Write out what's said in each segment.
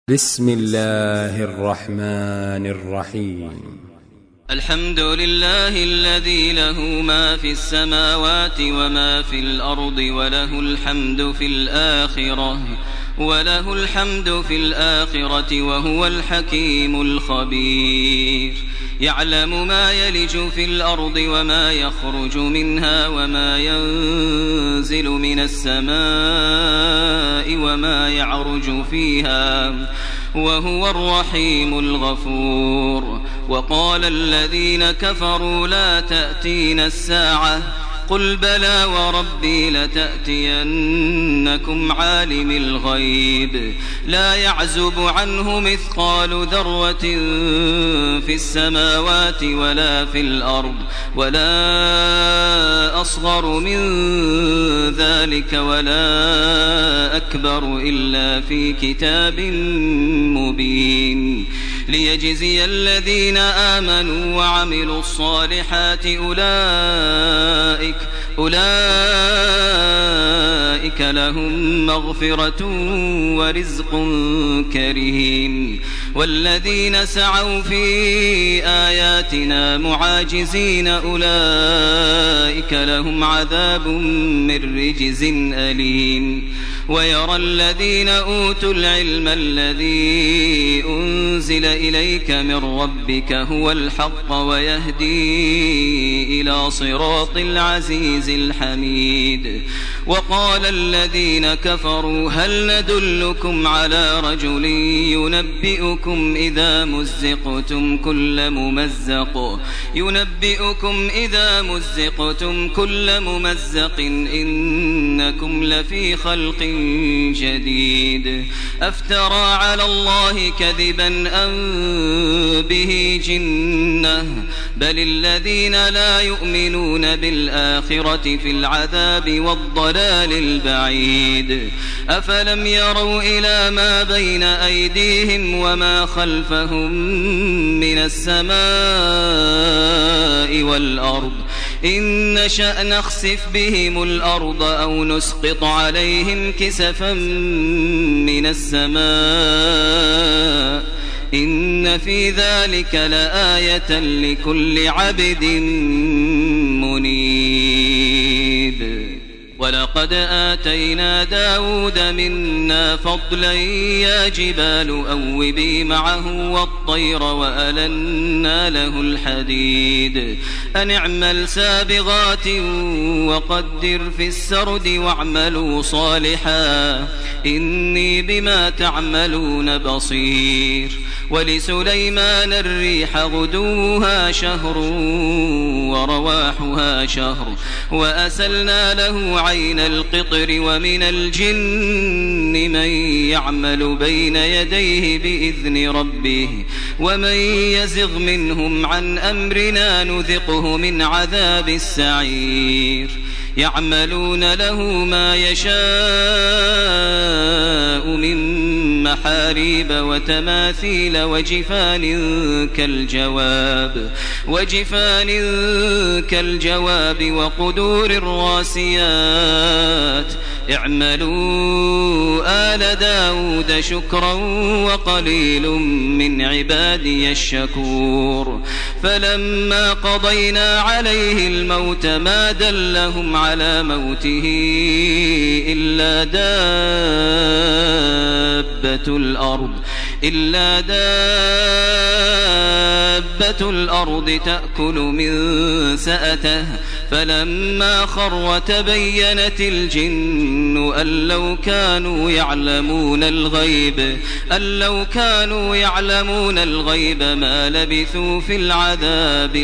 بسم الله الرحمن الرحيم. الحمد لله الذي له ما في السماوات وما في الأرض وله الحمد في الآخرة وهو الحكيم الخبير. يعلم ما يلج في الأرض وما يخرج منها وما ينزل من السماء وما يعرج فيها وهو الرحيم الغفور. وقال الذين كفروا لا تأتينا الساعة قل بلى وربي لتأتينكم عالم الغيب لا يعزب عنه مثقال ذرة في السماوات ولا في الأرض ولا أصغر من ذلك ولا أكبر إلا في كتاب مبين ليجزي الذين آمنوا وعملوا الصالحات أولئك لهم مغفرة ورزق كريم. والذين سعوا في آياتنا معاجزين أولئك لهم عذاب من رجز أليم. ويرى الذين أوتوا العلم الذي أنزل إليك من ربك هو الحق ويهدي إلى صراط العزيز الحميد. وقال الذين كفروا هل ندلكم على رجل ينبئكم إذا مزقتم كل ممزق إنكم لفي خلق جديد. أفترى على الله كذبا أم به جنة بل الذين لا يؤمنون بالآخرة في العذاب والضلال البعيد. أفلم يروا إلى ما بين أيديهم وما خلفهم من السماء والأرض إن نشأ نخسف بهم الأرض أو نسقط عليهم كسفا من السماء إن في ذلك لآية لكل عبد منيب. ولقد آتينا داود منا فضلا يا جبال أوبي معه والطير وألنا له الحديد أن اعمل سابغات وقدر في السرد واعملوا صالحا إني بما تعملون بصير. ولسليمان الريح غدوها شهر ورواحها شهر وأسلنا له عين القطر ومن الجن من يعمل بين يديه بإذن ربه ومن يزغ منهم عن أمرنا نذقه من عذاب السعير. يعملون له ما يشاء من محاريب وتماثيل وجفان كالجواب وقدور الراسيات. اعملوا آل داود شكرا وقليل من عبادي الشكور. فلما قضينا عليه الموت ما دلهم على موته إلا دابة الأرض تأكل من سأته فلما خر تبينت الجن أن لو كانوا يعلمون الغيب ما لبثوا في العذاب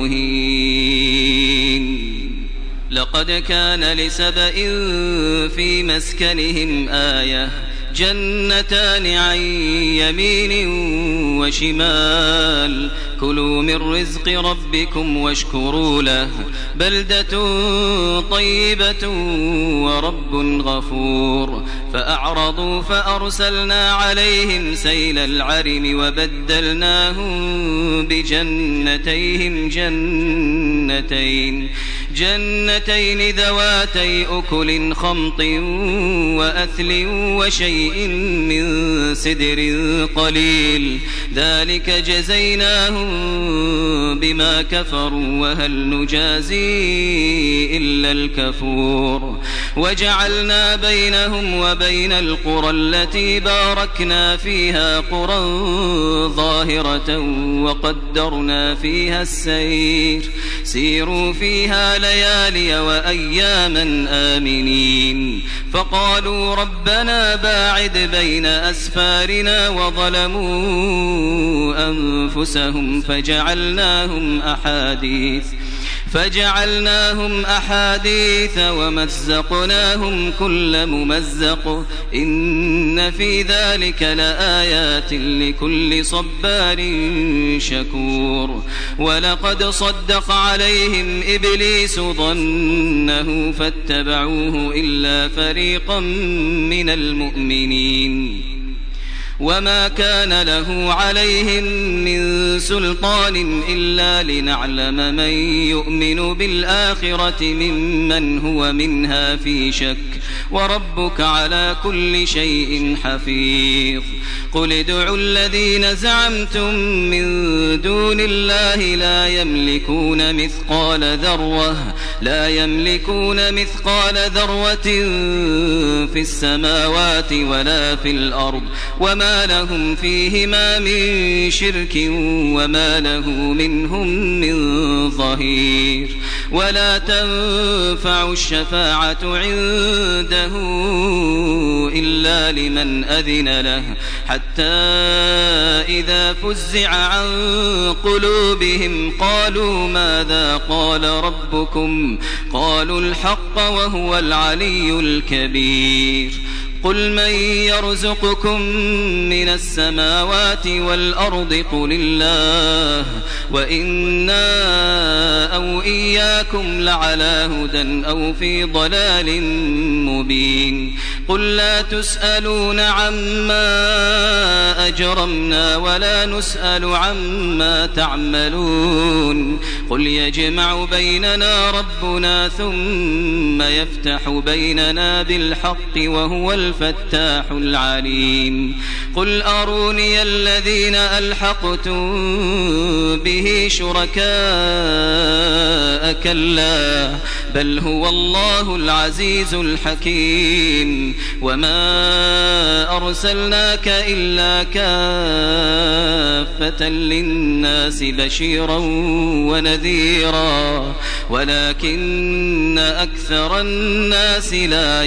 المهين. لقد كان لسبإ في مسكنهم آية جنتان عن يمين وشمال كلوا من رزق ربكم واشكروا له بلدة طيبة ورب غفور. فأعرضوا فأرسلنا عليهم سيل العرم وبدلناهم بجنتين جنتين ذواتي أكل خمط وأثل وشيء من سدر قليل ذلك جزيناهم بما كفروا وهل نجازي إلا الكفور وجعلنا بينهم وبين القرى التي باركنا فيها قرى ظاهرة وقدرنا فيها السير سيروا فيها ليالي وأياما آمنين فقالوا ربنا باعد بين أسفارنا وظلموا أنفسهم فجعلناهم أحاديث ومزقناهم كل ممزق إن في ذلك لآيات لكل صبار شكور ولقد صدق عليهم إبليس ظنه فاتبعوه إلا فريقا من المؤمنين وما كان له عليهم من سلطان إلا لنعلم من يؤمن بالآخرة ممن هو منها في شك وربك على كل شيء حفيظ قل ادعوا الذين زعمتم من دون الله لا يملكون مثقال ذرة في السماوات ولا في الأرض وما لهم فيهما من شرك وما له منهم من ظهير ولا تنفع الشفاعة عنده إلا لمن أذن له حتى إذا فزع عن قلوبهم قالوا ماذا قال ربكم قالوا الحق وهو العلي الكبير قل من يرزقكم من السماوات والأرض قل الله وإنا أو إياكم لعلى هدى أو في ضلال مبين قل لا تسألون عما أجرمنا ولا نسأل عما تعملون قل يجمع بيننا ربنا ثم يفتح بيننا بالحق وهو الفتاح العليم قل أروني الذين ألحقتم به شركاء كلا بل هو الله العزيز الحكيم وما أرسلناك إلا كافة للناس بشيرا ونذيرا ولكن أكثر الناس لا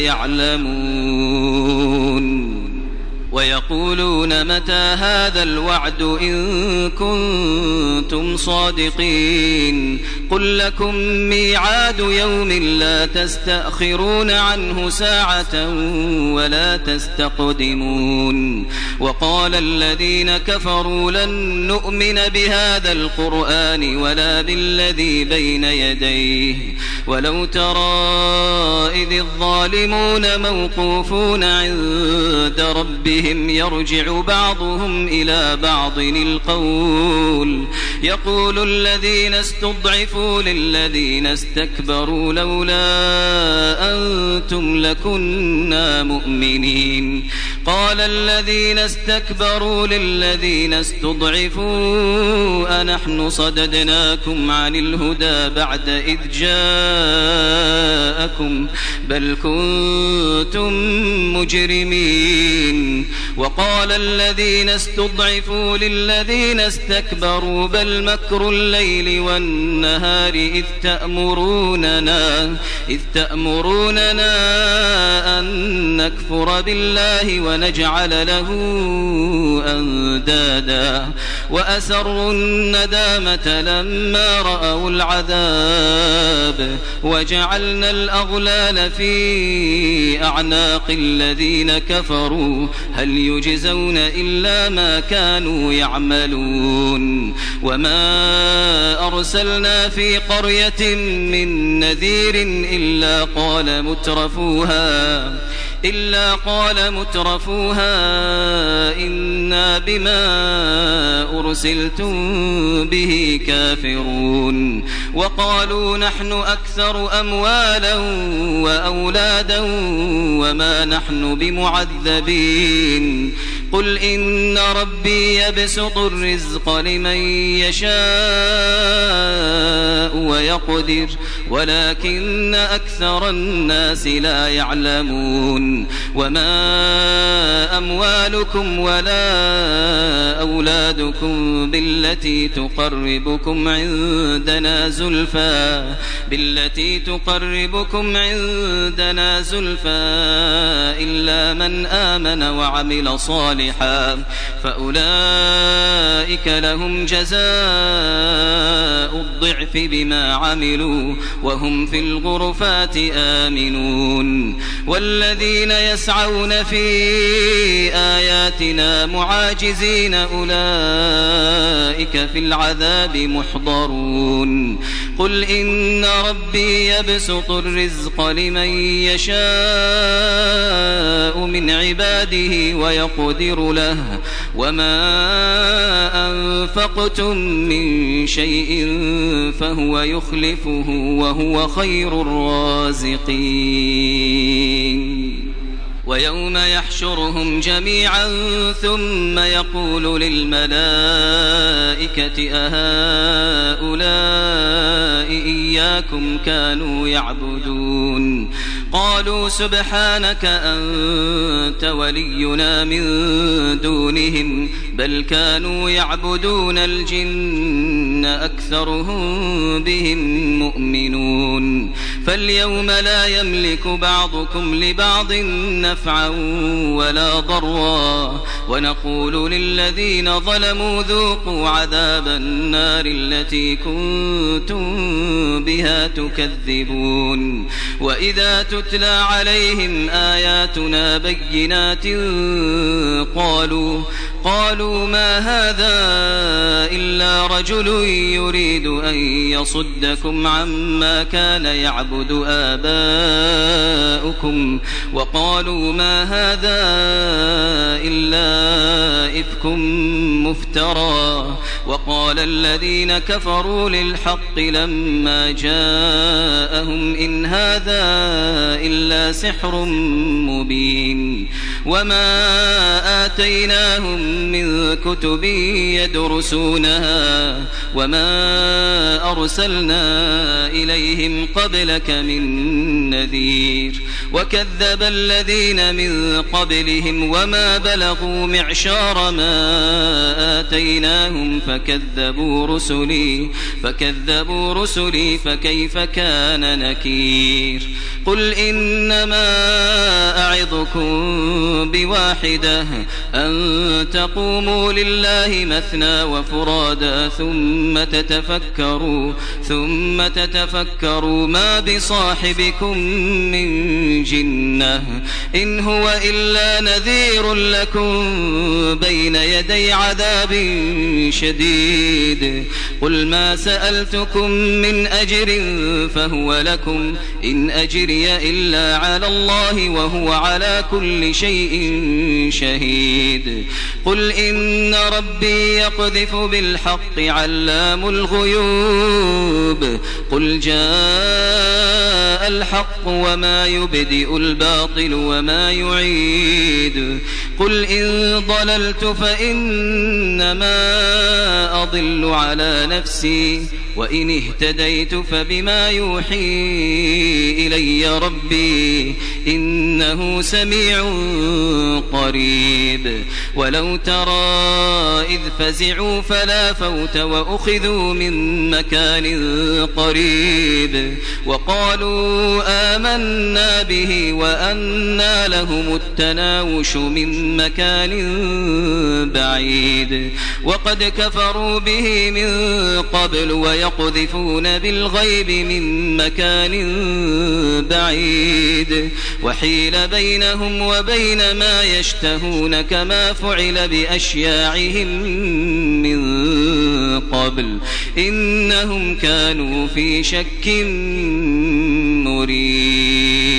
يعلمون ويقولون متى هذا الوعد إن كنتم صادقين قل لكم ميعاد يوم لا تستأخرون عنه ساعة ولا تستقدمون وقال الذين كفروا لن نؤمن بهذا القرآن ولا بالذي بين يديه ولو ترى إذ الظالمون موقوفون عند ربهم يرجع بعضهم إلى بعض القول يقول الذين استضعفوا للذين استكبروا لولا أنتم لكنا مؤمنين قال الذين استكبروا للذين استضعفوا أنحن صددناكم عن الهدى بعد إذ جاءكم بل كنتم مجرمين وقال الذين استضعفوا للذين استكبروا بل مكر الليل والنهار إذ تأمروننا أن نكفر بالله ونجعل له أندادا وأسروا الندامة لما رأوا العذاب وجعلنا الأغلال في أعناق الذين كفروا هل يجزون إلا ما كانوا يعملون وما أرسلنا في قرية من نذير إلا قال إلا قال مترفوها إنا بما أرسلتم به كافرون وقالوا نحن أكثر أموالا وأولادا وما نحن بمعذبين قل إن ربي يبسط الرزق لمن يشاء ويقدر ولكن أكثر الناس لا يعلمون وما أموالكم ولا أولادكم بالتي تقربكم عندنا زلفى إلا من آمن وعمل صالحا فأولئك لهم جزاء الضعف بما عملوا وهم في الغرفات آمنون والذين يسعون في آياتنا معاجزين أولئك في العذاب محضرون قل إن ربي يبسط الرزق لمن يشاء من عباده ويقدر له وما أنفقتم من شيء فهو يخلفه وهو خير الرازقين ويوم يحشرهم جميعا ثم يقول للملائكة أهؤلاء إياكم كانوا يعبدون قالوا سبحانك أنت ولينا من دونهم بل كانوا يعبدون الجن أكثرهم بهم مؤمنون فاليوم لا يملك بعضكم لبعض نفعا ولا ضرا ونقول للذين ظلموا ذوقوا عذاب النار التي كنتم بها تكذبون وإذا تتلى عليهم آياتنا بينات قالوا ما هذا إلا رجل يريد أن يصدكم عما كان يعبد آباؤكم وقالوا ما هذا إلا إفك مفترى وقال الذين كفروا للحق لما جاءهم إن هذا إلا سحر مبين وما آتيناهم من كتب يدرسونها وما أرسلنا إليهم قبلك من نذير وكذب الذين من قبلهم وما بلغوا معشار ما آتيناهم فكذبوا رسلي فكيف كان نكير قل إنما أعظكم بواحدة أن تقوموا لله مثنى وفرادا ثم تتفكروا ما بصاحبكم من جنة إن هو إلا نذير لكم بين يدي عذاب شديد قل ما سألتكم من أجر فهو لكم إن أجري إلا على الله وهو على كل شيء شهيد قل إن ربي يقذف بالحق علام الغيوب قل جاء الحق وما يبدئ الباطل وما يعيد قل إن ضللت فإنما أضل على نفسي وإن اهتديت فبما يوحي إلي ربي إنه سميع قريب ولو ترى إذ فزعوا فلا فوت وأخذوا من مكان قريب وقالوا آمنا به وأنى لهم التناوش من مكان بعيد وقد كفروا به من قبل ويقذفون بالغيب من مكان بعيد وحيل بينهم وبين ما يشتهون كما فعل بأشياعهم من قبل إنهم كانوا في شك مريب